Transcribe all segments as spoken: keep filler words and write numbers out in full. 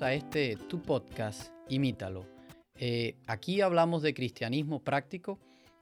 bienvenidos a este tu podcast, Imítalo. Eh, aquí hablamos de cristianismo práctico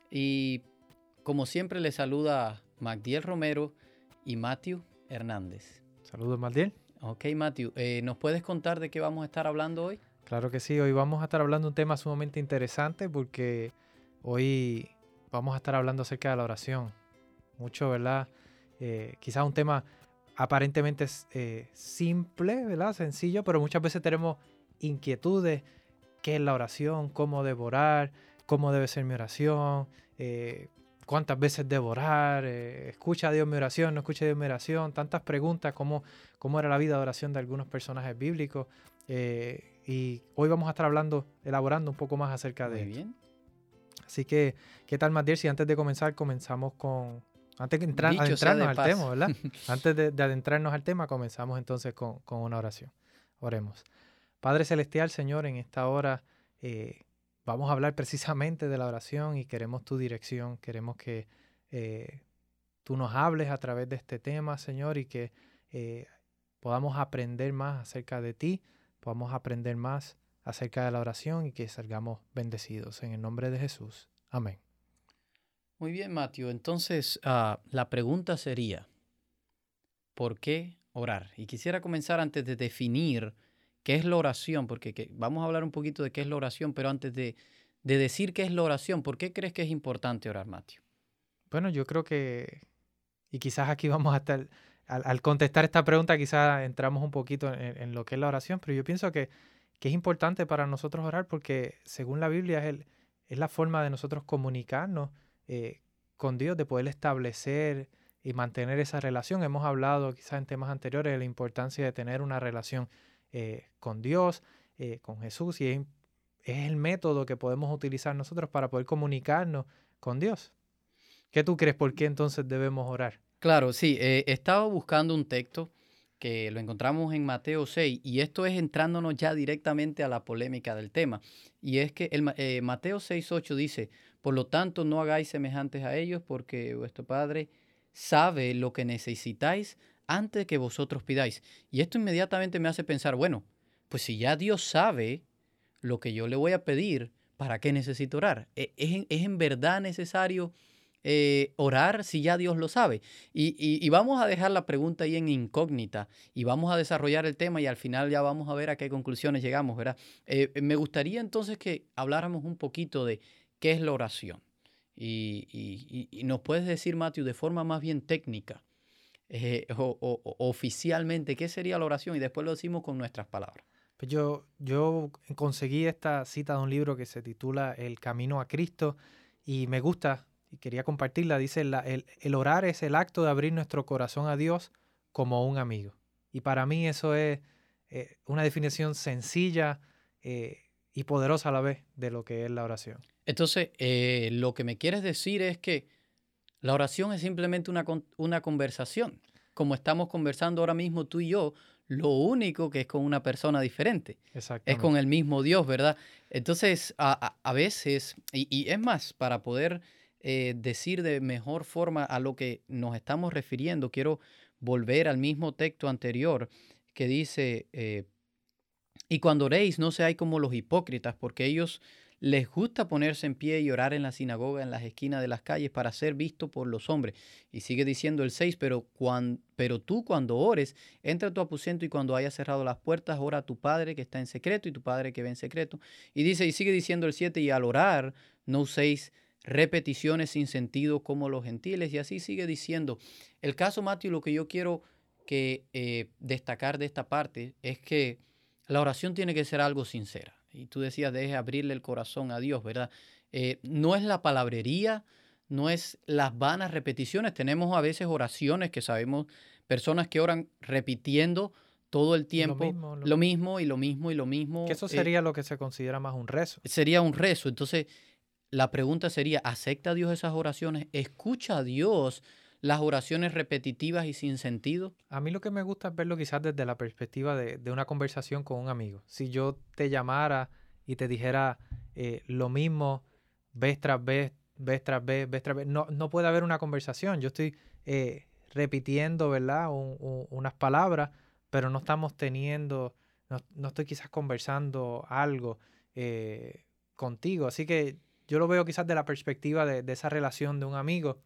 y como siempre les saluda Magdiel Romero y Matthew Hernández. Saludos, Magdiel. Ok, Matthew, eh, ¿nos puedes contar de qué vamos a estar hablando hoy? Claro que sí, hoy vamos a estar hablando de un tema sumamente interesante porque hoy vamos a estar hablando acerca de la oración. Mucho, ¿verdad? Eh, quizás un tema aparentemente eh, simple, ¿verdad? Sencillo, pero muchas veces tenemos inquietudes. ¿Qué es la oración? ¿Cómo debo orar? ¿Cómo debe ser mi oración? Eh, ¿Cuántas veces debo orar? Eh, ¿Escucha a Dios mi oración? ¿No escucha a Dios mi oración? Tantas preguntas, ¿cómo, cómo era la vida de oración de algunos personajes bíblicos? Eh, y hoy vamos a estar hablando, elaborando un poco más acerca Muy de esto. bien. Así que, ¿qué tal, Magdiel? Si antes de comenzar comenzamos con... Antes de entrar, Dicho sea adentrarnos de al paso. tema, ¿verdad? Antes de, de adentrarnos al tema, comenzamos entonces con, con una oración. Oremos. Padre Celestial, Señor, en esta hora eh, vamos a hablar precisamente de la oración y queremos tu dirección. Queremos que eh, tú nos hables a través de este tema, Señor, y que eh, podamos aprender más acerca de ti, podamos aprender más acerca de la oración y que salgamos bendecidos. En el nombre de Jesús. Amén. Muy bien, Matthew. Entonces, uh, la pregunta sería, ¿por qué orar? Y quisiera comenzar antes de definir qué es la oración, porque que, vamos a hablar un poquito de qué es la oración, pero antes de, de decir qué es la oración, ¿por qué crees que es importante orar, Matthew? Bueno, yo creo que, y quizás aquí vamos a estar, al, al contestar esta pregunta, quizás entramos un poquito en, en lo que es la oración, pero yo pienso que, que es importante para nosotros orar porque según la Biblia es, el, es la forma de nosotros comunicarnos eh, con Dios, de poder establecer y mantener esa relación. Hemos hablado quizás en temas anteriores de la importancia de tener una relación eh, con Dios, eh, con Jesús, y es, es el método que podemos utilizar nosotros para poder comunicarnos con Dios. ¿Qué tú crees? ¿Por qué entonces debemos orar? Claro, sí, eh, estaba buscando un texto que lo encontramos en Mateo seis y esto es entrándonos ya directamente a la polémica del tema. Y es que el, eh, Mateo seis ocho dice, por lo tanto no hagáis semejantes a ellos porque vuestro Padre sabe lo que necesitáis antes que vosotros pidáis. Y esto inmediatamente me hace pensar, bueno, pues si ya Dios sabe lo que yo le voy a pedir, ¿para qué necesito orar? ¿Es, es, es en verdad necesario Eh, orar si ya Dios lo sabe? Y, y, y vamos a dejar la pregunta ahí en incógnita y vamos a desarrollar el tema y al final ya vamos a ver a qué conclusiones llegamos, ¿verdad? Eh, me gustaría entonces que habláramos un poquito de qué es la oración. Y, y, y nos puedes decir, Matthew, de forma más bien técnica eh, o, o, o oficialmente, ¿qué sería la oración? Y después lo decimos con nuestras palabras. Pues yo, yo conseguí esta cita de un libro que se titula El Camino a Cristo y me gusta y quería compartirla. Dice, la, el, el orar es el acto de abrir nuestro corazón a Dios como un amigo. Y para mí eso es eh, una definición sencilla eh, y poderosa a la vez de lo que es la oración. Entonces, eh, lo que me quieres decir es que la oración es simplemente una, con- una conversación. Como estamos conversando ahora mismo tú y yo, lo único que es con una persona diferente. Es con Exactamente. el mismo Dios, ¿verdad? Entonces, a, a- a veces, y, y es más, para poder eh, decir de mejor forma a lo que nos estamos refiriendo, quiero volver al mismo texto anterior que dice, eh, y cuando oréis, no seáis como los hipócritas, porque ellos les gusta ponerse en pie y orar en la sinagoga, en las esquinas de las calles, para ser visto por los hombres. Y sigue diciendo el seis, pero, cuan, pero tú cuando ores, entra a tu aposento y cuando hayas cerrado las puertas, ora a tu Padre que está en secreto y tu Padre que ve en secreto. Y dice, y sigue diciendo el siete, y al orar, no uséis repeticiones sin sentido como los gentiles. Y así sigue diciendo. El caso, Matthew, lo que yo quiero que eh, destacar de esta parte es que la oración tiene que ser algo sincera. Y tú decías, deje abrirle el corazón a Dios, ¿verdad? Eh, no es la palabrería, no es las vanas repeticiones. Tenemos a veces oraciones que sabemos, personas que oran repitiendo todo el Lo tiempo mismo, lo lo mismo. mismo y lo mismo y lo Que mismo. eso eh, sería lo que se considera más un rezo. sería un rezo. Entonces, la pregunta sería, ¿acepta Dios esas oraciones? ¿Escucha a Dios las oraciones repetitivas y sin sentido? A mí lo que me gusta es verlo quizás desde la perspectiva de, de una conversación con un amigo. Si yo te llamara y te dijera eh, lo mismo vez tras vez, vez tras vez, vez tras vez, no, no puede haber una conversación. Yo estoy eh, repitiendo, ¿verdad? Un- un- unas palabras, pero no estamos teniendo no, no estoy quizás conversando algo eh, contigo. Así que yo lo veo quizás de la perspectiva de, de esa relación de un amigo.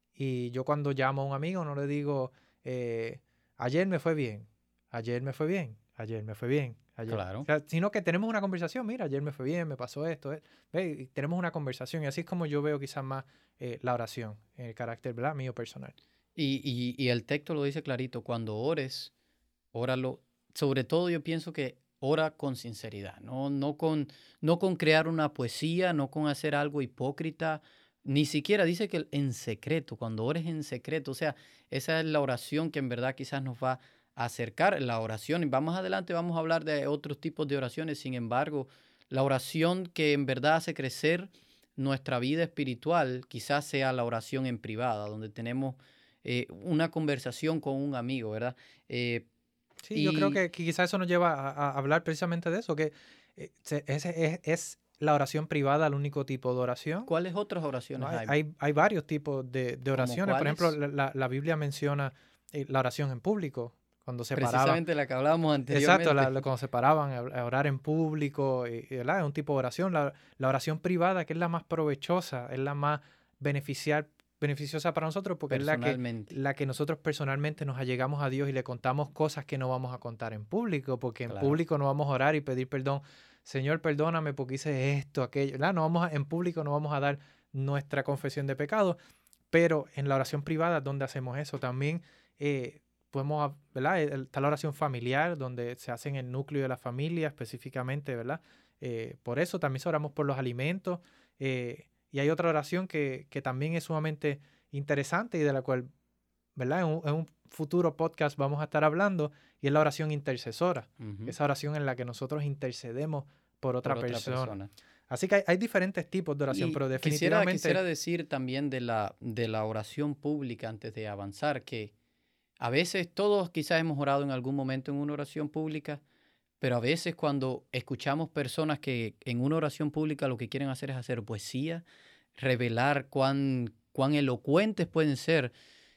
Y yo cuando llamo a un amigo no le digo, eh, ayer me fue bien, ayer me fue bien, ayer me fue bien, ayer. O Claro. sea, sino que tenemos una conversación, mira, ayer me fue bien, me pasó esto, eh, ve, y tenemos una conversación. Y así es como yo veo quizás más eh, la oración, en el carácter, ¿verdad? Mío personal. Y, y, y el texto lo dice clarito, cuando ores, óralo. Sobre todo yo pienso que ora con sinceridad, no, no, con, no con crear una poesía, no con hacer algo hipócrita, ni siquiera dice que en secreto, cuando ores en secreto, o sea, esa es la oración que en verdad quizás nos va a acercar la oración. Y vamos adelante, vamos a hablar de otros tipos de oraciones, sin embargo, la oración que en verdad hace crecer nuestra vida espiritual quizás sea la oración en privada, donde tenemos eh, una conversación con un amigo, ¿verdad? Eh, Sí, yo creo y que, que quizás eso nos lleva a, a hablar precisamente de eso, que eh, se- es, es- es la oración privada el único tipo de oración. ¿cuáles otras No, oraciones hay, hay? hay, hay varios tipos de, de ¿Como oraciones. Por ejemplo, cuáles? la, la- la Biblia menciona eh, la oración en público, cuando se paraban. Precisamente la que hablábamos Exacto, la- anteriormente. la- cuando se paraban a, a orar en público, y, y, ¿verdad? Es un tipo de oración. La, la oración privada, que es la más provechosa, es la más beneficiar, beneficiosa para nosotros, porque es la que, Personalmente, la que nosotros personalmente nos allegamos a Dios y le contamos cosas que no vamos a contar en público, porque en claro. público no vamos a orar y pedir perdón. Señor, perdóname porque hice esto, aquello. ¿Verdad? No vamos a- en público no vamos a dar nuestra confesión de pecado, pero en la oración privada, donde hacemos eso, también eh, podemos, ¿verdad? El- Está la oración familiar, donde se hace en el núcleo de la familia específicamente, ¿verdad? Eh, por eso también oramos por los alimentos. eh, y hay otra oración que, que también es sumamente interesante y de la cual, ¿verdad? En un, en un futuro podcast vamos a estar hablando, y es la oración intercesora, Ujú. esa oración en la que nosotros intercedemos por otra Por otra persona. persona. Así que hay, hay diferentes tipos de oración, Y pero quisiera, definitivamente, quisiera decir también de la, de la oración pública antes de avanzar, que a veces todos quizás hemos orado en algún momento en una oración pública, pero a veces cuando escuchamos personas que en una oración pública lo que quieren hacer es hacer poesía, revelar cuán, cuán elocuentes pueden ser.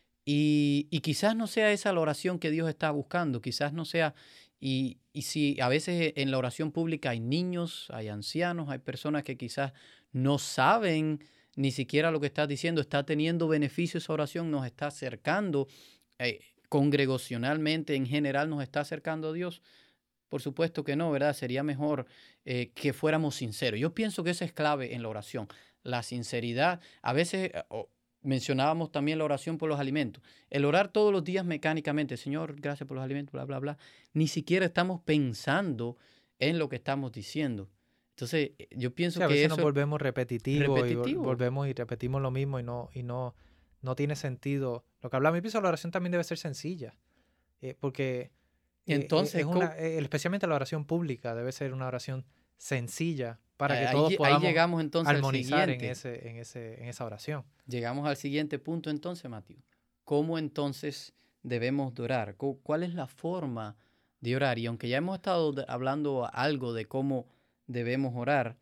Y, y quizás no sea esa la oración que Dios está buscando, quizás no sea, y, y si a veces en la oración pública hay niños, hay ancianos, hay personas que quizás no saben ni siquiera lo que estás diciendo, está teniendo beneficio esa oración, nos está acercando, eh, congregacionalmente en general nos está acercando a Dios. Por supuesto que no, ¿verdad? Sería mejor eh, que fuéramos sinceros. Yo pienso que esa es clave en la oración, la sinceridad. A veces eh, o- mencionábamos también la oración por los alimentos. El orar todos los días mecánicamente, Señor, gracias por los alimentos, bla, bla, bla. Ni siquiera estamos pensando en lo que estamos diciendo. Entonces, eh, yo sí, pienso a que veces nos eso es volvemos repetitivos y vol- repetitivo. volvemos y repetimos lo mismo y no, y no, no tiene sentido. Lo que hablamos, mi pienso, la oración también debe ser sencilla, eh, porque eh, eh, es Entonces, una, co- eh, especialmente la oración pública, debe ser una oración sencilla para que todos ahí, ahí podamos llegamos entonces al armonizar en siguiente. ese, en ese, en esa oración. Llegamos al siguiente punto entonces, Mateo. ¿Cómo entonces debemos de orar? Cu- ¿Cuál es la forma de orar? Y aunque ya hemos estado de- hablando algo de cómo debemos orar,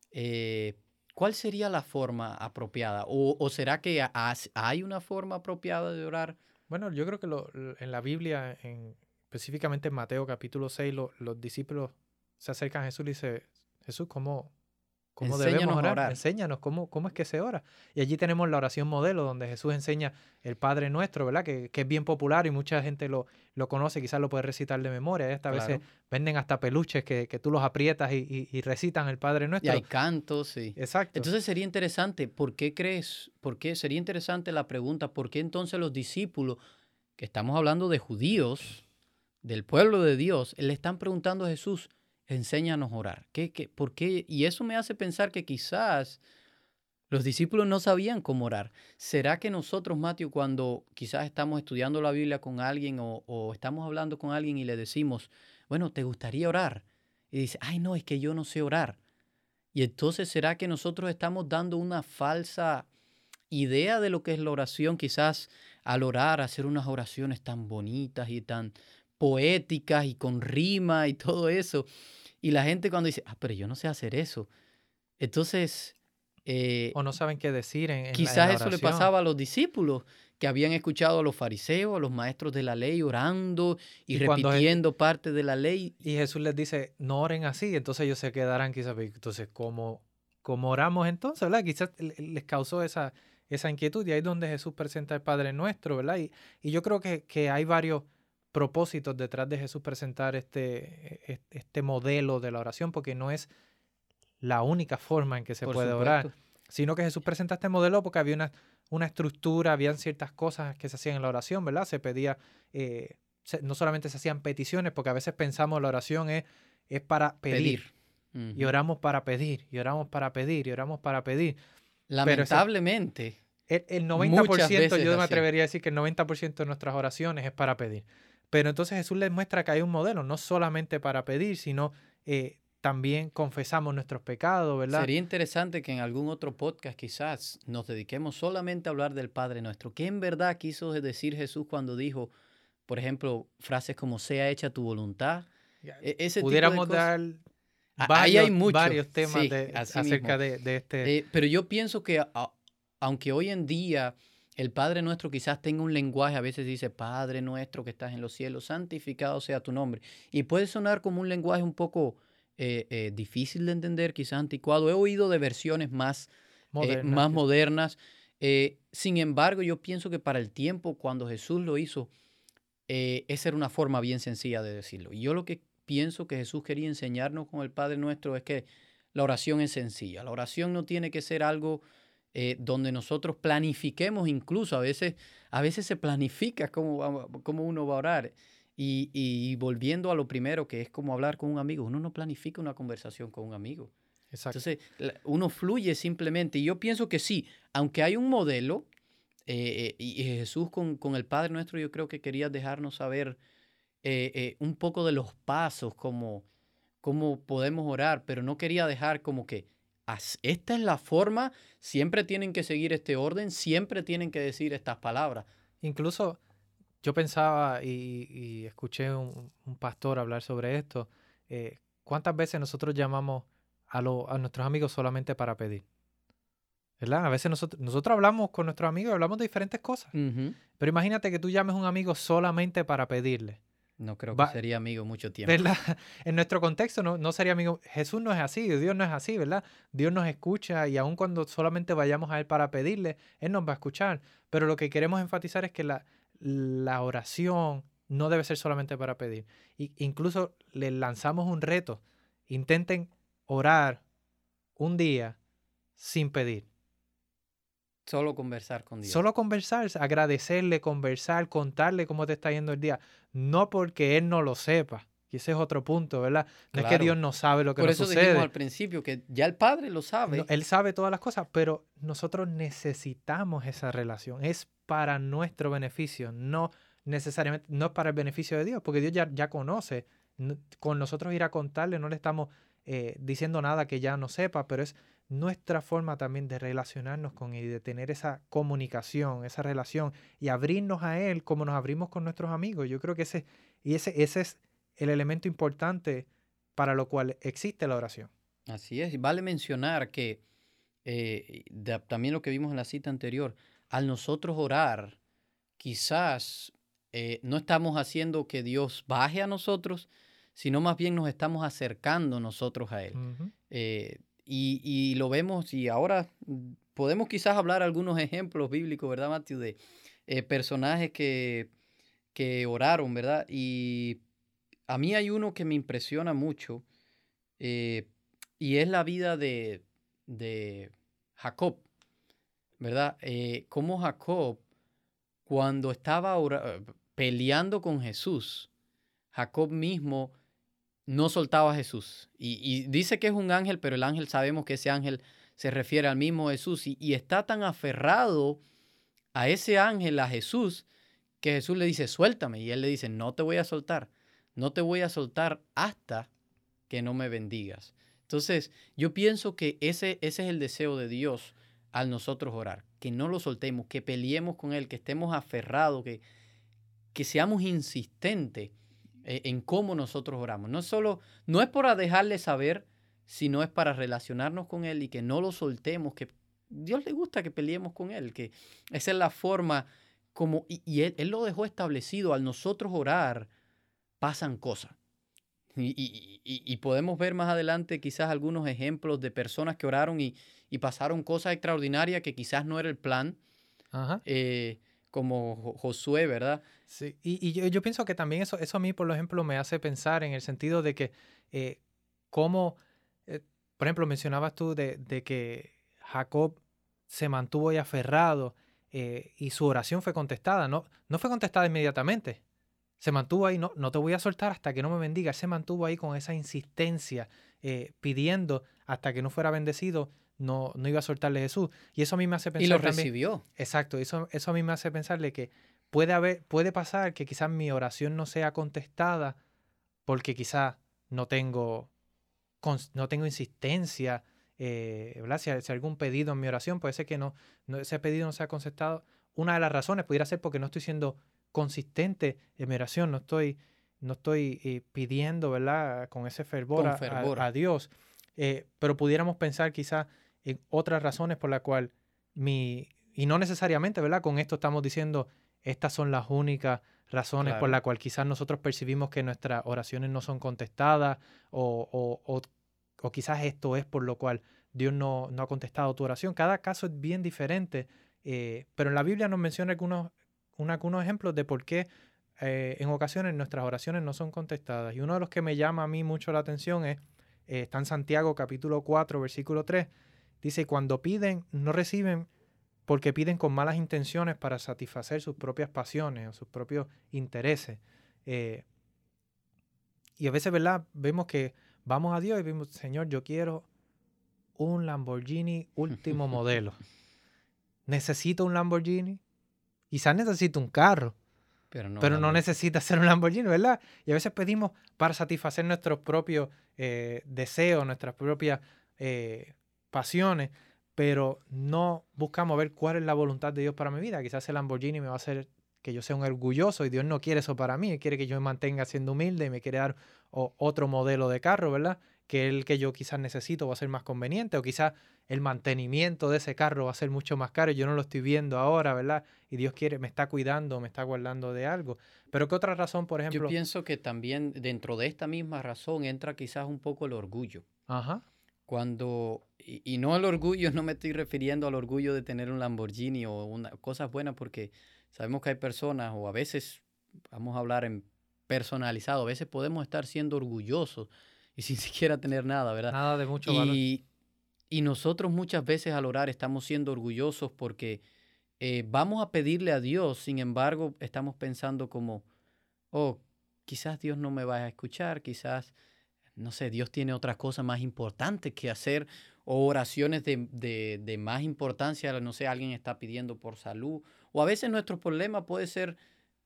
eh, ¿cuál sería la forma apropiada? ¿O, o será que ha- has- hay una forma apropiada de orar? Bueno, yo creo que lo- lo- en la Biblia, en, específicamente en Mateo capítulo seis, lo- los discípulos se acercan a Jesús y le dicen, Jesús, ¿cómo, ¿cómo debemos Enséñanos a orar? orar. Enséñanos cómo, cómo es que se ora. Y allí tenemos la oración modelo, donde Jesús enseña el Padre Nuestro, ¿verdad? Que, que es bien popular y mucha gente lo, lo conoce, quizás lo puede recitar de memoria. Esta veces Claro. venden hasta peluches que, que tú los aprietas y, y- y recitan el Padre Y hay Nuestro. cantos, sí. Exacto. Entonces sería interesante, ¿por qué crees? ¿Por qué? Sería interesante la pregunta, ¿por qué entonces los discípulos, que estamos hablando de judíos, del pueblo de Dios, le están preguntando a Jesús, enséñanos a orar? ¿Qué, qué, por qué? Y eso me hace pensar que quizás los discípulos no sabían cómo orar. ¿Será que nosotros, Mateo, cuando quizás estamos estudiando la Biblia con alguien o, o estamos hablando con alguien y le decimos, bueno, ¿te gustaría orar? Y dice, ay, no, es que yo no sé orar. Y entonces, ¿será que nosotros estamos dando una falsa idea de lo que es la oración? Quizás al orar, hacer unas oraciones tan bonitas y tan poéticas y con rima y todo eso. Y la gente cuando dice, ah, pero yo no sé hacer eso. Entonces, Eh, O no saben qué decir en, en la, en quizás la eso le oración. pasaba a los discípulos que habían escuchado a los fariseos, a los maestros de la ley orando y, Y cuando Je- repitiendo parte de la ley. y Jesús les dice, no oren así, entonces ellos se quedarán quizás, "Pero entonces, ¿cómo, cómo oramos entonces?", ¿verdad? Quizás le- les causó esa, esa inquietud y ahí es donde Jesús presenta el Padre Nuestro, ¿verdad? Y, y yo creo que, que hay varios propósitos detrás de Jesús presentar este, e- este modelo de la oración, porque no es la única forma en que se Por puede orar, supuesto. sino que Jesús presenta este modelo porque había una, una estructura, habían ciertas cosas que se hacían en la oración, ¿verdad? Se pedía, eh, se- no solamente se hacían peticiones, porque a veces pensamos la oración es, es para pedir, Pedir. y Ujú. oramos para pedir, y oramos para pedir, y oramos para pedir, pero ese, Lamentablemente, el, el noventa por muchas ciento, veces yo me así. atrevería a decir que el noventa por ciento de nuestras oraciones es para pedir. Pero entonces Jesús les muestra que hay un modelo, no solamente para pedir, sino eh, también confesamos nuestros pecados, ¿verdad? Sería interesante que en algún otro podcast quizás nos dediquemos solamente a hablar del Padre Nuestro. ¿Qué en verdad quiso decir Jesús cuando dijo, por ejemplo, frases como sea hecha tu voluntad? Ya, E- ese tipo de pudiéramos cosas. dar A- Ahí hay varios, mucho, varios temas sí, de, así mismo. acerca de, de este. Eh, pero yo pienso que a- aunque hoy en día el Padre Nuestro quizás tenga un lenguaje, a veces dice, Padre Nuestro que estás en los cielos, santificado sea tu nombre. Y puede sonar como un lenguaje un poco eh, eh, difícil de entender, quizás anticuado. He oído de versiones más, eh, Modernas. más que- modernas. Eh, sin embargo, yo pienso que para el tiempo cuando Jesús lo hizo, eh, esa era una forma bien sencilla de decirlo. Y yo lo que pienso que Jesús quería enseñarnos con el Padre Nuestro es que la oración es sencilla. La oración no tiene que ser algo eh, donde nosotros planifiquemos, incluso a veces, a veces se planifica cómo, va- cómo uno va a orar. Y, y volviendo a lo primero, que es como hablar con un amigo, uno no planifica una conversación con un amigo. Exacto. Entonces, la- uno fluye simplemente. Y yo pienso que sí, aunque hay un modelo, eh, eh, y y Jesús con, con el Padre Nuestro, yo creo que quería dejarnos saber eh, eh, un poco de los pasos, como cómo podemos orar, pero no quería dejar como que "As- esta es la forma, siempre tienen que seguir este orden, siempre tienen que decir estas palabras". Incluso yo pensaba y, y escuché un, un pastor hablar sobre esto. eh, ¿Cuántas veces nosotros llamamos a, lo- a nuestros amigos solamente para pedir? ¿Verdad? A veces nosotros, nosotros hablamos con nuestros amigos, hablamos de diferentes cosas. Ujú. Pero imagínate que tú llames a un amigo solamente para pedirle. No creo que Va, sería amigo mucho tiempo. ¿verdad? En nuestro contexto no, no sería amigo. Jesús no es así, Dios no es así, ¿verdad? Dios nos escucha y aun cuando solamente vayamos a Él para pedirle, Él nos va a escuchar. Pero lo que queremos enfatizar es que la, la oración no debe ser solamente para pedir. Y incluso le lanzamos un reto. Intenten orar un día sin pedir. Solo conversar con Dios. Solo conversar, agradecerle, conversar, contarle cómo te está yendo el día. No porque Él no lo sepa. Y ese es otro punto, ¿verdad? No es que Dios Claro. no sabe lo que Por nos eso dijimos sucede. al principio que ya el Padre lo No, sabe. Él sabe todas las cosas, pero nosotros necesitamos esa relación. Es para nuestro beneficio, no necesariamente, no es para el beneficio de Dios, porque Dios ya, ya conoce. No- con nosotros ir a contarle, no le estamos eh, diciendo nada que ya no sepa, pero es nuestra forma también de relacionarnos con Él y de tener esa comunicación, esa relación y abrirnos a Él como nos abrimos con nuestros amigos. Yo creo que ese, y ese, ese es el elemento importante para lo cual existe la oración. Así es. Y vale mencionar que eh, de- también lo que vimos en la cita anterior, al nosotros orar, quizás eh, no estamos haciendo que Dios baje a nosotros, sino más bien nos estamos acercando nosotros a Él. Ujú. Eh, y, y lo vemos, y ahora mm, podemos quizás hablar algunos ejemplos bíblicos, ¿verdad, Matthew? De eh, personajes que, que oraron, ¿verdad? Y a mí hay uno que me impresiona mucho, eh, y es la vida de, de Jacob, ¿verdad? Eh, cómo Jacob, cuando estaba ora- peleando con Jesús, Jacob mismo no soltaba a Jesús. Y, y dice que es un ángel, pero el ángel sabemos que ese ángel se refiere al mismo Jesús. Y, y está tan aferrado a ese ángel, a Jesús, que Jesús le dice, suéltame. Y él le dice, no te voy a soltar. No te voy a soltar hasta que no me bendigas. Entonces, yo pienso que ese, ese es el deseo de Dios al nosotros orar. Que no lo soltemos, que peleemos con Él, que estemos aferrados, que, que seamos insistentes eh, en cómo nosotros oramos. No, solo, no es para dejarle saber sino es para relacionarnos con Él y que no lo soltemos, que Dios le gusta que peleemos con Él, que esa es la forma como, y, y él, él lo dejó establecido, al nosotros orar, pasan cosas. Y, y- y- y podemos ver más adelante quizás algunos ejemplos de personas que oraron y, y pasaron cosas extraordinarias que quizás no era el plan, Ajá. eh, como Jo- Josué, ¿verdad? Sí, y, y yo, yo pienso que también eso, eso a mí, por ejemplo, me hace pensar en el sentido de que eh, cómo, eh, por ejemplo, mencionabas tú de, de que Jacob se mantuvo ahí aferrado eh, y su oración fue contestada. No, no fue contestada inmediatamente. Se mantuvo ahí, no, no te voy a soltar hasta que no me bendiga. Él se mantuvo ahí con esa insistencia, eh, pidiendo hasta que no fuera bendecido, no, no iba a soltarle Jesús. Y eso a mí me hace Y lo pensar también, recibió. exacto, eso, eso a mí me hace pensarle que puede haber, puede pasar que quizás mi oración no sea contestada porque quizás no tengo, cons- no tengo insistencia, eh, ¿verdad? Si, si algún pedido en mi oración puede ser que no, no, ese pedido no sea contestado. Una de las razones pudiera ser porque no estoy siendo consistente en mi oración, no estoy, no estoy eh, pidiendo, ¿verdad? Con ese fervor Con a, a- fervor. a Dios. Eh, pero pudiéramos pensar quizás en otras razones por las cuales mi, y no necesariamente, ¿verdad? Con esto estamos diciendo, estas son las únicas razones por Claro. las cuales quizás nosotros percibimos que nuestras oraciones no son contestadas o, o- o- o quizás esto es por lo cual Dios no, no ha contestado tu oración. Cada caso es bien diferente, eh, pero en la Biblia nos menciona algunos, una- algunos ejemplos de por qué eh, en ocasiones nuestras oraciones no son contestadas. Y uno de los que me llama a mí mucho la atención es, eh, está en Santiago capítulo cuatro, versículo tres. Dice, cuando piden, no reciben porque piden con malas intenciones para satisfacer sus propias pasiones o sus propios intereses. Eh, y a veces, ¿verdad? Vemos que vamos a Dios y vemos, Señor, yo quiero un Lamborghini último modelo. Necesito un Lamborghini. Quizás necesito un carro, Pero no un pero no Lamborghini. necesita ser un Lamborghini, ¿verdad? Y a veces pedimos para satisfacer nuestros propios eh, deseos, nuestras propias eh, pasiones, pero no buscamos ver cuál es la voluntad de Dios para mi vida. Quizás el Lamborghini me va a hacer que yo sea un orgulloso y Dios no quiere eso para mí. Él quiere que yo me mantenga siendo humilde y me quiere dar o- otro modelo de carro, ¿verdad? Que el que yo quizás necesito va a ser más conveniente o quizás el mantenimiento de ese carro va a ser mucho más caro y yo no lo estoy viendo ahora, ¿verdad? Y Dios quiere, me está cuidando, me está guardando de algo. Pero ¿qué otra razón, por Yo ejemplo? pienso que también dentro de esta misma razón entra quizás un poco el orgullo. Ajá, Cuando, y, y no el orgullo, no me estoy refiriendo al orgullo de tener un Lamborghini o una, cosas buenas, porque sabemos que hay personas, o a veces, vamos a hablar en personalizado, a veces podemos estar siendo orgullosos y sin siquiera tener nada, ¿verdad? nada de mucho valor. Y, y nosotros muchas veces al orar estamos siendo orgullosos porque eh, vamos a pedirle a Dios, sin embargo, estamos pensando como, oh, quizás Dios no me va a escuchar, quizás, no sé, Dios tiene otras cosas más importantes que hacer o oraciones de, de, de más importancia, no sé, alguien está pidiendo por salud o a veces nuestro problema puede ser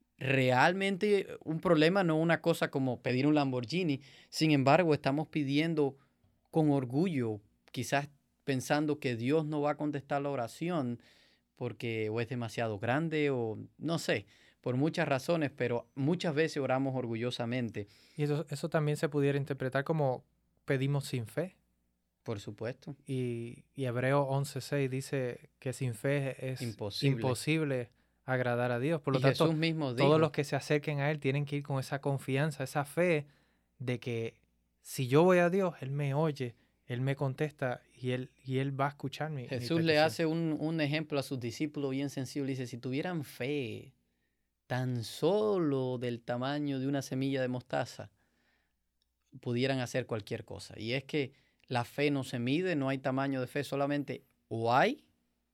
realmente un problema, no una cosa como pedir un Lamborghini. Sin embargo, estamos pidiendo con orgullo, quizás pensando que Dios no va a contestar la oración porque o es demasiado grande o no sé, por muchas razones, pero muchas veces oramos orgullosamente, Y eso, eso también se pudiera interpretar como pedimos sin fe. por supuesto, Y, y Hebreo once seis dice que sin fe es imposible. imposible agradar a Dios. Por lo Y tanto, Jesús mismo todos los dijo, que se acerquen a Él tienen que ir con esa confianza, esa fe de que si yo voy a Dios, Él me oye, Él me contesta y Él, y él va a escuchar mi, mi Jesús le petición. hace un, un ejemplo a sus discípulos bien sencillo, le dice, si tuvieran fe tan solo del tamaño de una semilla de mostaza, pudieran hacer cualquier cosa. Y es que la fe no se mide, no hay tamaño de fe, solamente o hay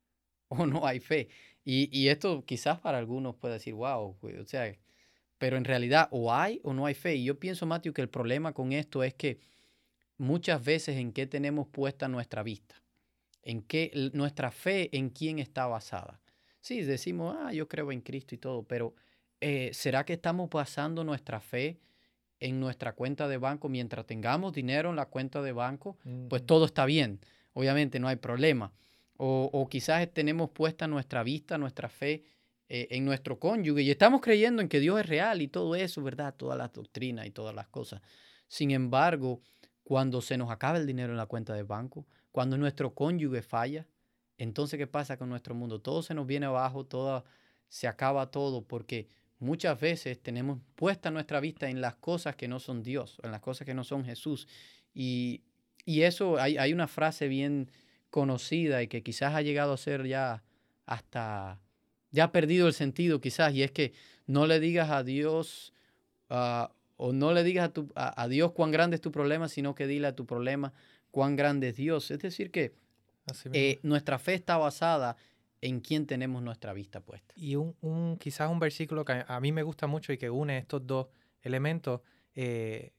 o no hay fe. Y, y esto quizás para algunos puede decir, wow, o sea, pero en realidad o hay o no hay fe. Y yo pienso, Matthew, que el problema con esto es que muchas veces en qué tenemos puesta nuestra vista, en qué l- nuestra fe, en quién está basada. Sí, decimos, ah, yo creo en Cristo y todo, pero eh, ¿será que estamos basando nuestra fe en nuestra cuenta de banco? Mientras tengamos dinero en la cuenta de banco, pues Ujú. todo está bien. Obviamente no hay problema. O, o quizás tenemos puesta nuestra vista, nuestra fe eh, en nuestro cónyuge y estamos creyendo en que Dios es real y todo eso, ¿verdad? Todas las doctrinas y todas las cosas. Sin embargo, cuando se nos acaba el dinero en la cuenta de banco, cuando nuestro cónyuge falla. Entonces, ¿qué pasa con nuestro mundo? Todo se nos viene abajo, todo se acaba todo, porque muchas veces tenemos puesta nuestra vista en las cosas que no son Dios, en las cosas que no son Jesús. Y, y eso, hay, hay una frase bien conocida y que quizás ha llegado a ser ya hasta, ya ha perdido el sentido quizás, y es que no le digas a Dios, ah, o no le digas a, tu, a, a Dios cuán grande es tu problema, sino que dile a tu problema cuán grande es Dios. Es decir que Así mismo. eh, nuestra fe está basada en quién tenemos nuestra vista puesta. Y un, un, quizás un versículo que a mí me gusta mucho y que une estos dos elementos, eh,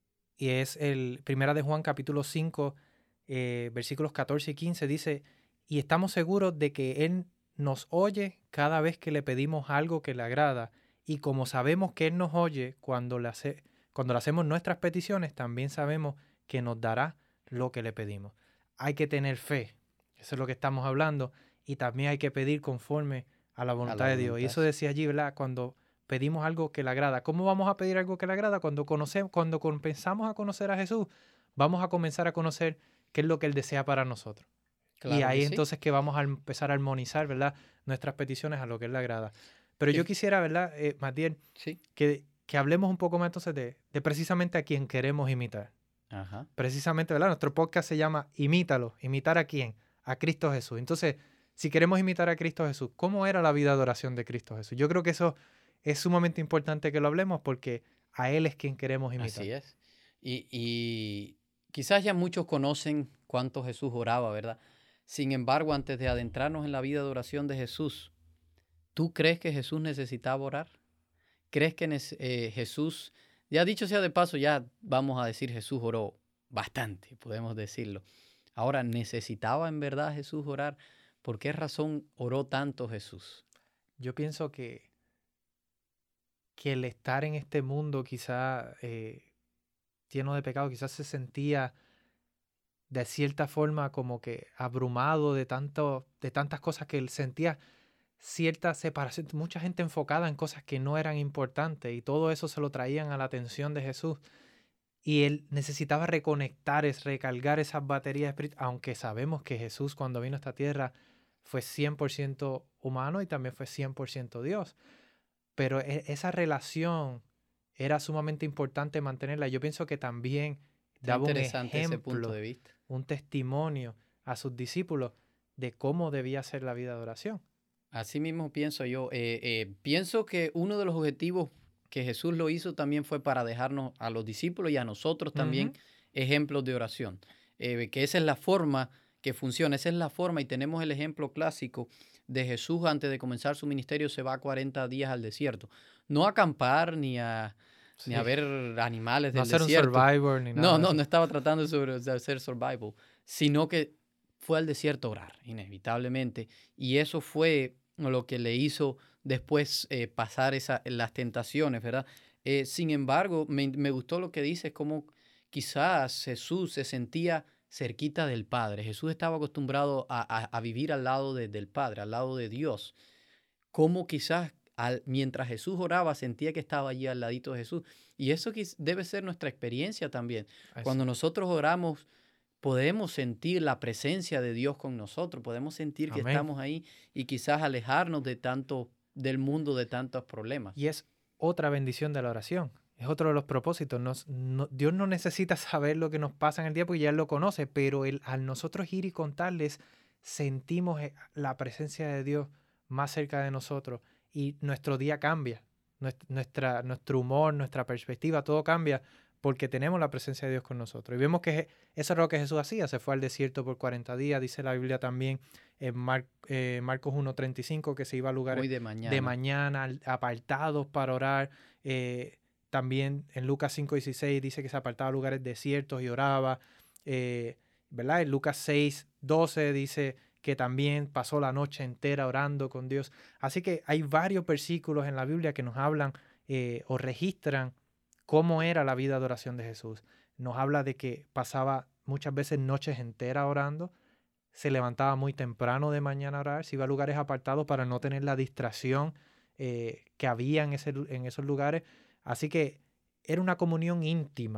y es el Primera de Juan capítulo cinco, eh, versículos catorce y quince, dice, y estamos seguros de que Él nos oye cada vez que le pedimos algo que le agrada, y como sabemos que Él nos oye cuando le, hace, cuando le hacemos nuestras peticiones, también sabemos que nos dará lo que le pedimos. Hay que tener fe, eso es lo que estamos hablando, y también hay que pedir conforme a la voluntad, A la de Dios. Y eso voluntad. decía allí, ¿verdad? Cuando pedimos algo que le agrada. ¿Cómo vamos a pedir algo que le agrada? Cuando conocemos, cuando comenzamos a conocer a Jesús, vamos a comenzar a conocer qué es lo que Él desea para nosotros. Claro Y ahí que sí. entonces que vamos a empezar a armonizar, ¿verdad?, nuestras peticiones a lo que Él le agrada. Pero yo Es- quisiera, ¿verdad, eh, Matiel, sí. que, que hablemos un poco más entonces de, de precisamente a quien queremos imitar. Ajá. Precisamente, ¿verdad? Nuestro podcast se llama Imítalo. ¿Imitar a quién? A Cristo Jesús. Entonces, si queremos imitar a Cristo Jesús, ¿cómo era la vida de oración de Cristo Jesús? Yo creo que eso es sumamente importante que lo hablemos porque a Él es quien queremos imitar. Así es. Y, y quizás ya muchos conocen cuánto Jesús oraba, ¿verdad? Sin embargo, antes de adentrarnos en la vida de oración de Jesús, ¿tú crees que Jesús necesitaba orar? ¿Crees que nece- eh, Jesús, ya dicho sea de paso, ya vamos a decir Jesús oró bastante, podemos decirlo. Ahora, ¿necesitaba en verdad Jesús orar? ¿Por qué razón oró tanto Jesús? Yo pienso que, que el estar en este mundo quizá eh, lleno de pecado, quizás se sentía de cierta forma como que abrumado de, tanto, de tantas cosas que él sentía cierta separación, mucha gente enfocada en cosas que no eran importantes y todo eso se lo traían a la atención de Jesús. Y él necesitaba reconectar, es recargar esas baterías espirituales, aunque sabemos que Jesús cuando vino a esta tierra fue cien por ciento humano y también fue cien por ciento Dios. Pero e- esa relación era sumamente importante mantenerla. Yo pienso que también Está daba un interesante ese punto ejemplo, de vista. un testimonio a sus discípulos de cómo debía ser la vida de oración. Así mismo pienso yo. Eh, eh, pienso que uno de los objetivos que Jesús lo hizo también fue para dejarnos a los discípulos y a nosotros también Ujú. ejemplos de oración. Eh, que esa es la forma que funciona, esa es la forma y tenemos el ejemplo clásico de Jesús antes de comenzar su ministerio se va cuarenta días al desierto. No a acampar ni a, ni a Sí. ver animales No del hacer un desierto. survivor ni nada No, de no, eso. no estaba tratando de, sobre- de hacer survival, sino que fue al desierto a orar, inevitablemente. Y eso fue lo que le hizo después eh, pasar esa, las tentaciones, ¿verdad? Eh, sin embargo, me, me gustó lo que dices, como quizás Jesús se sentía cerquita del Padre. Jesús estaba acostumbrado a, a- a vivir al lado de- del Padre, al lado de Dios. Como quizás al- mientras Jesús oraba sentía que estaba allí al ladito de Jesús. Y eso quiz- debe ser nuestra experiencia también. Ay, Cuando sí. nosotros oramos, podemos sentir la presencia de Dios con nosotros, podemos sentir que Amén. estamos ahí y quizás alejarnos de tanto, del mundo, de tantos problemas. Y es otra bendición de la oración. Es otro de los propósitos. Nos- no- Dios no necesita saber lo que nos pasa en el día porque ya Él lo conoce, pero él, al nosotros ir y contarles, sentimos eh, la presencia de Dios más cerca de nosotros y nuestro día cambia. Nues- Nuestra, nuestro humor, nuestra perspectiva, todo cambia porque tenemos la presencia de Dios con nosotros. Y vemos que Je- eso es lo que Jesús hacía. Se fue al desierto por cuarenta días, dice la Biblia también en Mar- eh, Marcos uno treinta y cinco, que se iba a lugares Muy de de mañana. mañana, al- apartados para orar. Eh, también en Lucas cinco dieciséis dice que se apartaba a lugares desiertos y oraba. Eh, ¿verdad? En Lucas seis doce dice que también pasó la noche entera orando con Dios. Así que hay varios versículos en la Biblia que nos hablan eh, o registran cómo era la vida de oración de Jesús. Nos habla de que pasaba muchas veces noches enteras orando, se levantaba muy temprano de mañana a orar, se iba a lugares apartados para no tener la distracción eh, que había en, ese, en esos lugares. Así que era una comunión íntima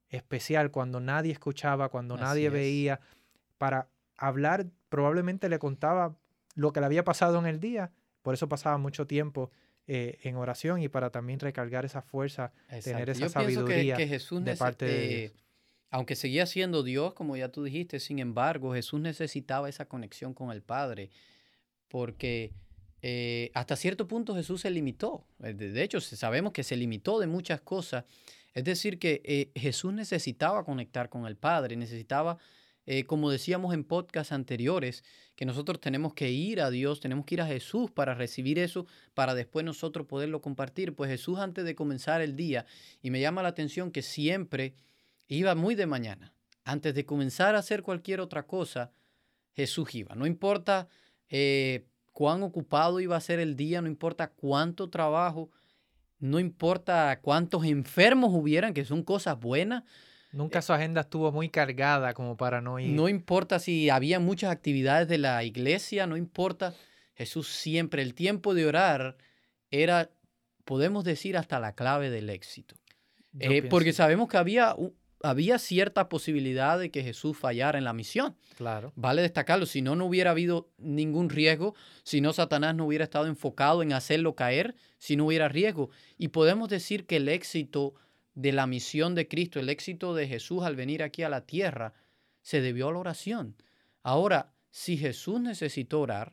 especial, cuando nadie escuchaba, cuando Así nadie es. veía, para hablar. Probablemente le contaba lo que le había pasado en el día, por eso pasaba mucho tiempo eh, en oración y para también recargar esa fuerza, tener Exacto. esa Yo pienso que, sabiduría que Jesús, de nece- parte de eh, Dios. aunque seguía siendo Dios, como ya tú dijiste, sin embargo, Jesús necesitaba esa conexión con el Padre, porque eh, hasta cierto punto Jesús se limitó. Eh, De de hecho, se- sabemos que se limitó de muchas cosas. Es decir, que eh, Jesús necesitaba conectar con el Padre, necesitaba, eh, como decíamos en podcasts anteriores, que nosotros tenemos que ir a Dios, tenemos que ir a Jesús para recibir eso, para después nosotros poderlo compartir. Pues Jesús antes de comenzar el día, y me llama la atención que siempre iba muy de mañana, antes de comenzar a hacer cualquier otra cosa, Jesús iba. No importa eh, cuán ocupado iba a ser el día, no importa cuánto trabajo, no importa cuántos enfermos hubieran, que son cosas buenas, Nunca eh, su agenda estuvo muy cargada como para no no ir. importa si había muchas actividades de la iglesia, no importa, Jesús siempre, el tiempo de orar era, podemos decir, hasta la clave del éxito. Yo Eh, pienso porque igual. sabemos que había, u- había cierta posibilidad de que Jesús fallara en la misión. Claro. Vale destacarlo, si no, no hubiera habido ningún riesgo, si no, Satanás no hubiera estado enfocado en hacerlo caer, si no hubiera riesgo. Y podemos decir que el éxito de la misión de Cristo, el éxito de Jesús al venir aquí a la tierra, se debió a la oración. Ahora, si Jesús necesitó orar,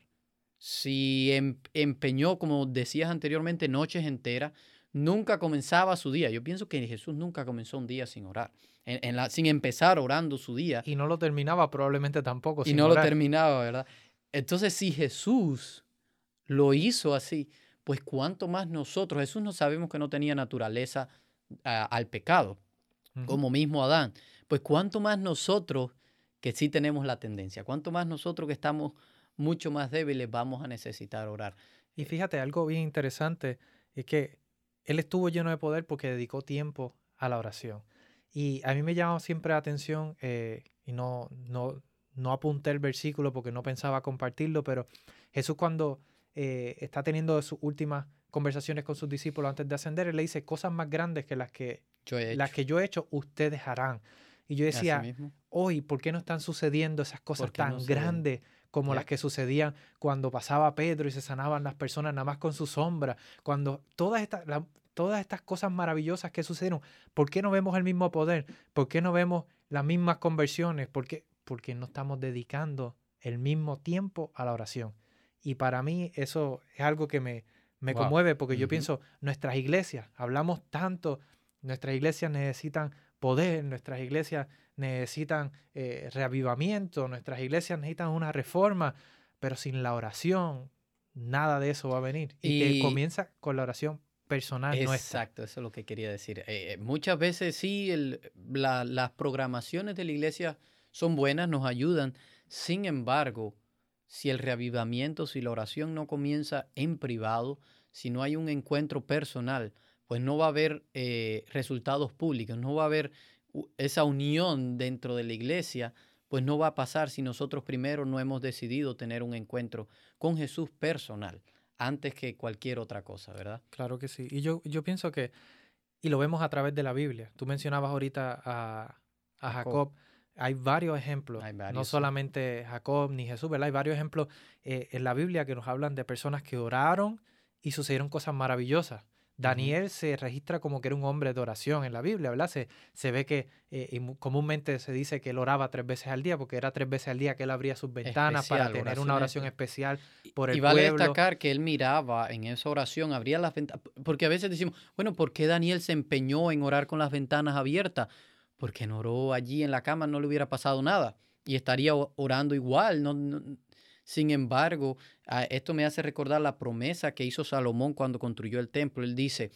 si em- empeñó, como decías anteriormente, noches enteras, nunca comenzaba su día. Yo pienso que Jesús nunca comenzó un día sin orar, en- en la- sin empezar orando su día Y no lo terminaba probablemente tampoco y sin no lo orar. terminaba, ¿verdad? Entonces, si Jesús lo hizo así, pues cuánto más nosotros, Jesús no sabemos que no tenía naturaleza ah, al pecado, Ujú. como mismo Adán, pues cuánto más nosotros que sí tenemos la tendencia, cuánto más nosotros que estamos mucho más débiles vamos a necesitar orar. Y Eh, fíjate, algo bien interesante es que él estuvo lleno de poder porque dedicó tiempo a la oración. Y a mí me llama siempre la atención, eh, y no, no, no apunté el versículo porque no pensaba compartirlo, pero Jesús cuando eh, está teniendo sus últimas conversaciones con sus discípulos antes de ascender, él le dice, cosas más grandes que las que, yo he las hecho que yo he hecho, ustedes harán. Y yo así decía, mismo, hoy, ¿por qué no están sucediendo esas cosas porque no tan se... grandes como las Yep, que sucedían cuando pasaba Pedro y se sanaban las personas nada más con su sombra? Cuando todas estas, la- todas estas cosas maravillosas que sucedieron, ¿por qué no vemos el mismo poder? ¿Por qué no vemos las mismas conversiones? ¿Por qué? Porque no estamos dedicando el mismo tiempo a la oración. Y para mí eso es algo que me, me wow. conmueve porque yo Ujú. pienso, nuestras iglesias, hablamos tanto, nuestras iglesias necesitan poder, nuestras iglesias necesitan eh, reavivamiento, nuestras iglesias necesitan una reforma, pero sin la oración, nada de eso va a venir. Y que Y comienza con la oración personal nuestra. exacto, eso es lo que quería decir. Eh, eh, muchas veces sí, el- la- las programaciones de la iglesia son buenas, nos ayudan. Sin embargo, si el reavivamiento, si la oración no comienza en privado, si no hay un encuentro personal, pues no va a haber eh, resultados públicos, no va a haber u- esa unión dentro de la iglesia, pues no va a pasar si nosotros primero no hemos decidido tener un encuentro con Jesús personal antes que cualquier otra cosa, ¿verdad? Claro que sí. Y yo, yo pienso que, y lo vemos a través de la Biblia. Tú mencionabas ahorita a, a Jacob. Jacob. Hay varios ejemplos, Hay no varios, sí. solamente Jacob ni Jesús, ¿verdad? Hay varios ejemplos eh, en la Biblia que nos hablan de personas que oraron y sucedieron cosas maravillosas. Ujú. Daniel se registra como que era un hombre de oración en la Biblia, ¿verdad? Se, se ve que eh, y mu- comúnmente se dice que él oraba tres veces al día, porque era tres veces al día que él abría sus ventanas para Especial, tener una oraciones. oración especial Y, por y el vale pueblo. destacar que él miraba en esa oración, abría las ventanas, porque a veces decimos, bueno, ¿por qué Daniel se empeñó en orar con las ventanas abiertas? Porque no oró allí en la cama, no le hubiera pasado nada y estaría o- orando igual. No, no- Sin embargo, ah, esto me hace recordar la promesa que hizo Salomón cuando construyó el templo. Él dice,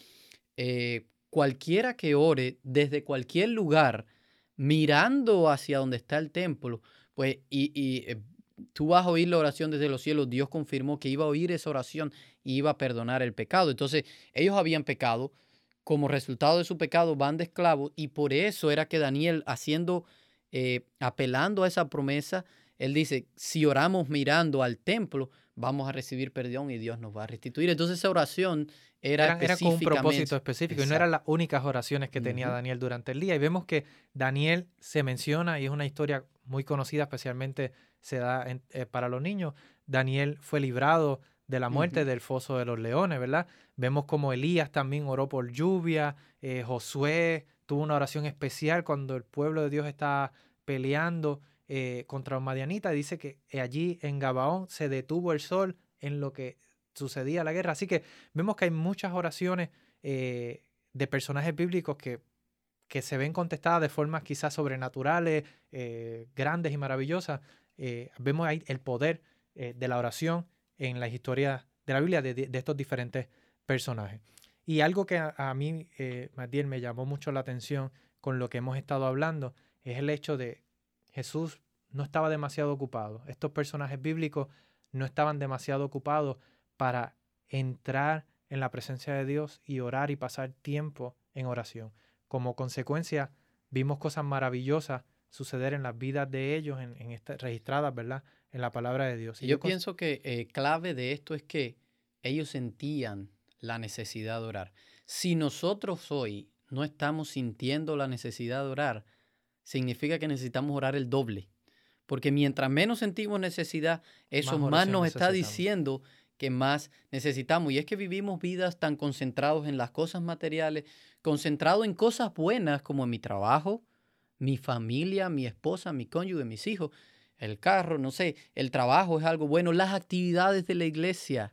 eh, cualquiera que ore desde cualquier lugar, mirando hacia donde está el templo, pues, y, y, eh, tú vas a oír la oración desde los cielos. Dios confirmó que iba a oír esa oración y iba a perdonar el pecado. Entonces, ellos habían pecado. Como resultado de su pecado, van de esclavos. Y por eso era que Daniel, haciendo, eh, apelando a esa promesa, Él dice, si oramos mirando al templo, vamos a recibir perdón y Dios nos va a restituir. Entonces esa oración era Eran, eran con un propósito específicamente... específico y no eran Exacto. las únicas oraciones que tenía Ujú. Daniel durante el día. Y vemos que Daniel se menciona y es una historia muy conocida, especialmente se da en- eh, para los niños. Daniel fue librado de la muerte Ujú. del foso de los leones, ¿verdad? Vemos como Elías también oró por lluvia, eh, Josué tuvo una oración especial cuando el pueblo de Dios estaba peleando eh, contra los madianitas. Dice que eh, allí en Gabaón se detuvo el sol en lo que sucedía la guerra. Así que vemos que hay muchas oraciones eh, de personajes bíblicos que, que se ven contestadas de formas quizás sobrenaturales, eh, grandes y maravillosas. Eh, vemos ahí el poder eh, de la oración en las historias de la Biblia de, de estos diferentes personajes. Y algo que a, a mí, eh, Matiel, me llamó mucho la atención con lo que hemos estado hablando es el hecho de Jesús no estaba demasiado ocupado. Estos personajes bíblicos no estaban demasiado ocupados para entrar en la presencia de Dios y orar y pasar tiempo en oración. Como consecuencia, vimos cosas maravillosas suceder en las vidas de ellos, en, en esta, registradas, ¿verdad? En la palabra de Dios. Y yo Yo cons- pienso que eh, clave de esto es que ellos sentían la necesidad de orar. Si nosotros hoy no estamos sintiendo la necesidad de orar, significa que necesitamos orar el doble. Porque mientras menos sentimos necesidad, eso más más oración nos está necesitamos. diciendo que más necesitamos. Y es que vivimos vidas tan concentrados en las cosas materiales, concentrados en cosas buenas como en mi trabajo, mi familia, mi esposa, mi cónyuge, mis hijos, el carro, no sé, el trabajo es algo bueno, las actividades de la iglesia.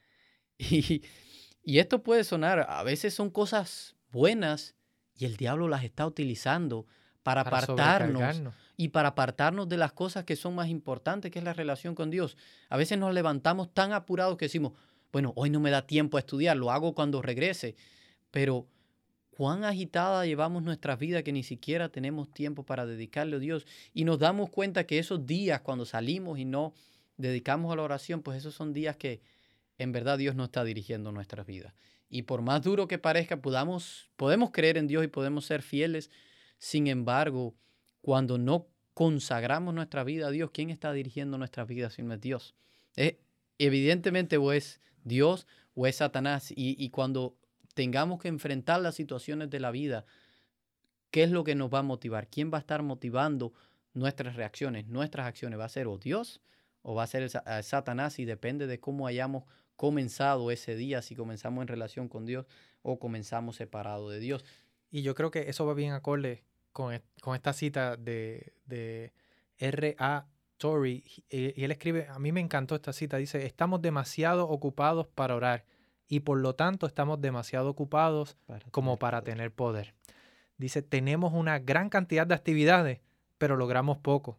Y, y esto puede sonar, a veces son cosas buenas y el diablo las está utilizando para Para apartarnos sobrecargarnos. y para apartarnos de las cosas que son más importantes, que es la relación con Dios. A veces nos levantamos tan apurados que decimos, bueno, hoy no me da tiempo a estudiar, lo hago cuando regrese. Pero cuán agitada llevamos nuestras vidas que ni siquiera tenemos tiempo para dedicarle a Dios. Y nos damos cuenta que esos días cuando salimos y no dedicamos a la oración, pues esos son días que en verdad Dios no está dirigiendo nuestras vidas. Y por más duro que parezca, podamos, podemos creer en Dios y podemos ser fieles. Sin embargo, cuando no consagramos nuestra vida a Dios, ¿quién está dirigiendo nuestras vidas si no es Dios? Es, evidentemente o es Dios o es Satanás. Y, y cuando tengamos que enfrentar las situaciones de la vida, ¿qué es lo que nos va a motivar? ¿Quién va a estar motivando nuestras reacciones, nuestras acciones? ¿Va a ser o Dios o va a ser el, el Satanás? Y depende de cómo hayamos comenzado ese día, si comenzamos en relación con Dios o comenzamos separado de Dios. Y yo creo que eso va bien acorde con, e- con esta cita de, de R A. Torrey. Y, y él escribe, a mí me encantó esta cita, dice, estamos demasiado ocupados para orar y por lo tanto estamos demasiado ocupados Para como tener para poder. tener poder. Dice, tenemos una gran cantidad de actividades, pero logramos poco.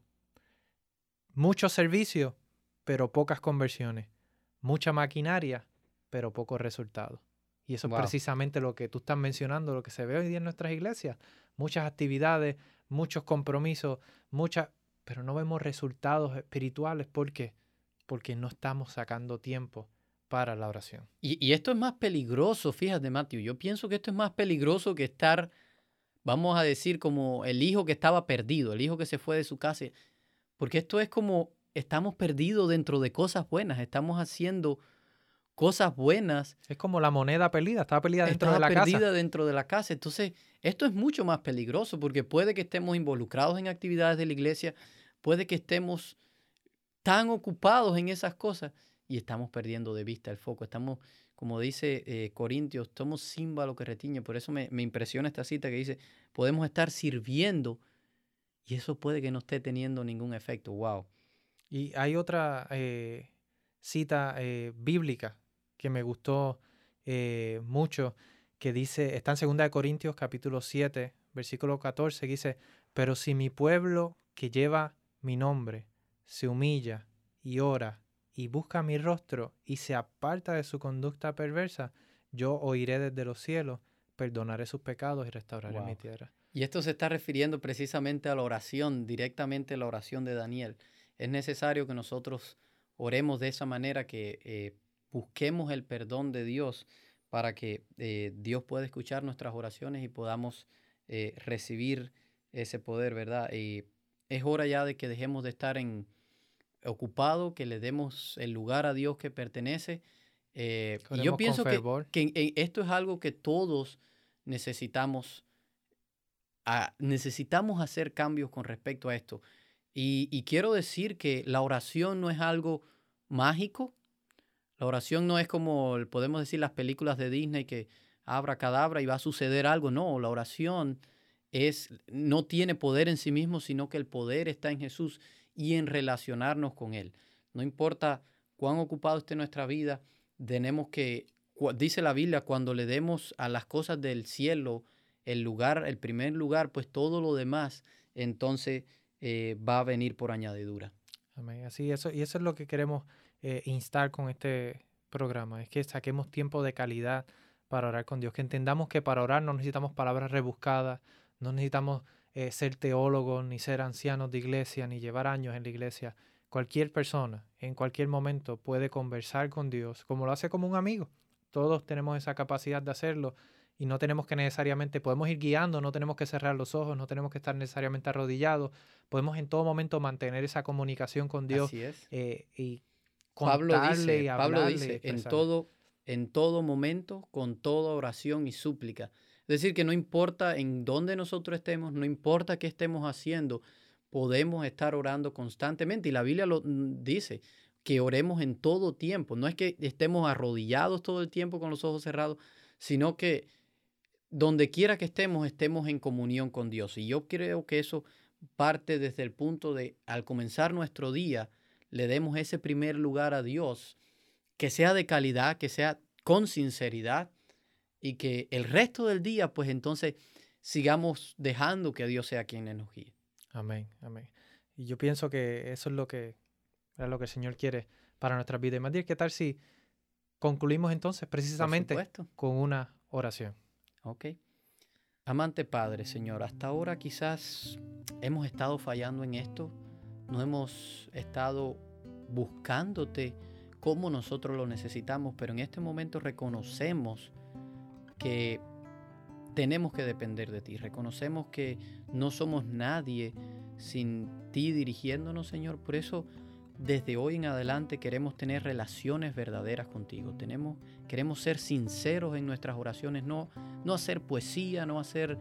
Muchos servicios, pero pocas conversiones. Mucha maquinaria, pero pocos resultados. Y eso es Wow. precisamente lo que tú estás mencionando, lo que se ve hoy día en nuestras iglesias. Muchas actividades, muchos compromisos, muchas, pero no vemos resultados espirituales. ¿Por qué? Porque no estamos sacando tiempo para la oración. Y, y esto es más peligroso, fíjate, Matthew. Yo pienso que esto es más peligroso que estar, vamos a decir, como el hijo que estaba perdido, el hijo que se fue de su casa. Porque esto es como estamos perdidos dentro de cosas buenas, estamos haciendo cosas buenas, Es como la moneda perdida, estaba perdida dentro de estaba la casa. perdida dentro de la casa. Entonces, esto es mucho más peligroso porque puede que estemos involucrados en actividades de la iglesia, puede que estemos tan ocupados en esas cosas y estamos perdiendo de vista el foco. Estamos, como dice eh, Corintios, somos címbalo que retiñe. Por eso me, me impresiona esta cita que dice, podemos estar sirviendo y eso puede que no esté teniendo ningún efecto. Wow. Y hay otra eh, cita eh, bíblica que me gustó eh, mucho, que dice, está en segunda de Corintios capítulo siete, versículo catorce, que dice, pero si mi pueblo que lleva mi nombre se humilla y ora y busca mi rostro y se aparta de su conducta perversa, yo oiré desde los cielos, perdonaré sus pecados y restauraré mi Wow. tierra. Y esto se está refiriendo precisamente a la oración, directamente a la oración de Daniel. Es necesario que nosotros oremos de esa manera, que eh, busquemos el perdón de Dios para que eh, Dios pueda escuchar nuestras oraciones y podamos eh, recibir ese poder, ¿verdad? Y es hora ya de que dejemos de estar en, ocupado, que le demos el lugar a Dios que pertenece. Eh, y yo Oremos con pienso que, fervor. que en- en esto es algo que todos necesitamos, ah, necesitamos hacer cambios con respecto a esto. Y, y quiero decir que la oración no es algo mágico. La oración no es como, el- podemos decir, las películas de Disney que abracadabra y va a suceder algo. No, la oración es, no tiene poder en sí mismo, sino que el poder está en Jesús y en relacionarnos con Él. No importa cuán ocupado esté nuestra vida, tenemos que, cu- dice la Biblia, cuando le demos a las cosas del cielo el lugar, el primer lugar, pues todo lo demás, entonces eh, va a venir por añadidura. Amén. Así, eso, y eso es lo que queremos eh, instar con este programa, es que saquemos tiempo de calidad para orar con Dios, que entendamos que para orar no necesitamos palabras rebuscadas, no necesitamos eh, ser teólogos, ni ser ancianos de iglesia, ni llevar años en la iglesia. Cualquier persona, en cualquier momento, puede conversar con Dios, como lo hace como un amigo. Todos tenemos esa capacidad de hacerlo y no tenemos que necesariamente, podemos ir guiando, no tenemos que cerrar los ojos, no tenemos que estar necesariamente arrodillados. Podemos en todo momento mantener esa comunicación con Dios Así es. eh, y Pablo contarle dice, y Pablo hablarle y dice, en expresarle. todo, en todo momento, con toda oración y súplica. Es decir, que no importa en dónde nosotros estemos, no importa qué estemos haciendo, podemos estar orando constantemente. Y la Biblia lo mm, dice, que oremos en todo tiempo. No es que estemos arrodillados todo el tiempo con los ojos cerrados, sino que donde quiera que estemos, estemos en comunión con Dios. Y yo creo que eso parte desde el punto de, al comenzar nuestro día, le demos ese primer lugar a Dios, que sea de calidad, que sea con sinceridad y que el resto del día, pues entonces sigamos dejando que Dios sea quien nos guíe. Amén, amén. Y yo pienso que eso es lo que, es lo que el Señor quiere para nuestras vidas. Y Matías, ¿qué tal si concluimos entonces Por precisamente supuesto. con una oración? Ok. Amante Padre, Señor, hasta ahora quizás hemos estado fallando en esto, no hemos estado buscándote como nosotros lo necesitamos, pero en este momento reconocemos que tenemos que depender de ti, reconocemos que no somos nadie sin ti dirigiéndonos, Señor, por eso desde hoy en adelante queremos tener relaciones verdaderas contigo. Tenemos, queremos ser sinceros en nuestras oraciones, no, no hacer poesía, no hacer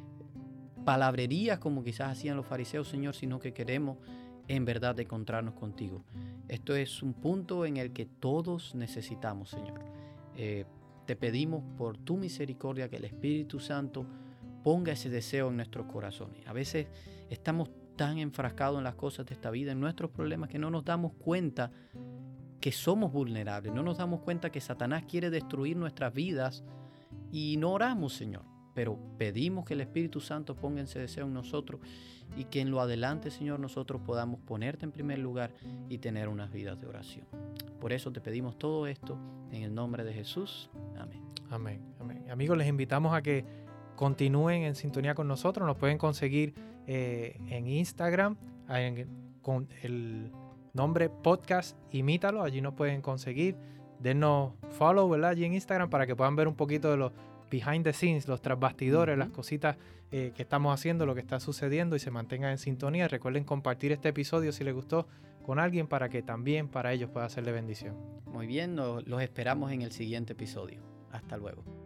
palabrerías como quizás hacían los fariseos, Señor, sino que queremos en verdad encontrarnos contigo. Esto es un punto en el que todos necesitamos, Señor. Eh, te pedimos por tu misericordia que el Espíritu Santo ponga ese deseo en nuestros corazones. A veces estamos tan enfrascados en las cosas de esta vida, en nuestros problemas, que no nos damos cuenta que somos vulnerables, no nos damos cuenta que Satanás quiere destruir nuestras vidas y no oramos, Señor. Pero pedimos que el Espíritu Santo ponga ese deseo en nosotros y que en lo adelante, Señor, nosotros podamos ponerte en primer lugar y tener unas vidas de oración. Por eso te pedimos todo esto en el nombre de Jesús. Amén. Amén, amén. Amigos, les invitamos a que continúen en sintonía con nosotros. Nos pueden conseguir eh, en Instagram en, con el nombre podcast Imítalo. Allí nos pueden conseguir. Denos follow, ¿verdad? Allí en Instagram para que puedan ver un poquito de los behind the scenes, los tras bastidores, uh-huh. las cositas eh, que estamos haciendo, lo que está sucediendo y se mantengan en sintonía. Recuerden compartir este episodio si les gustó con alguien para que también para ellos pueda ser de bendición. Muy bien, nos, los esperamos en el siguiente episodio. Hasta luego.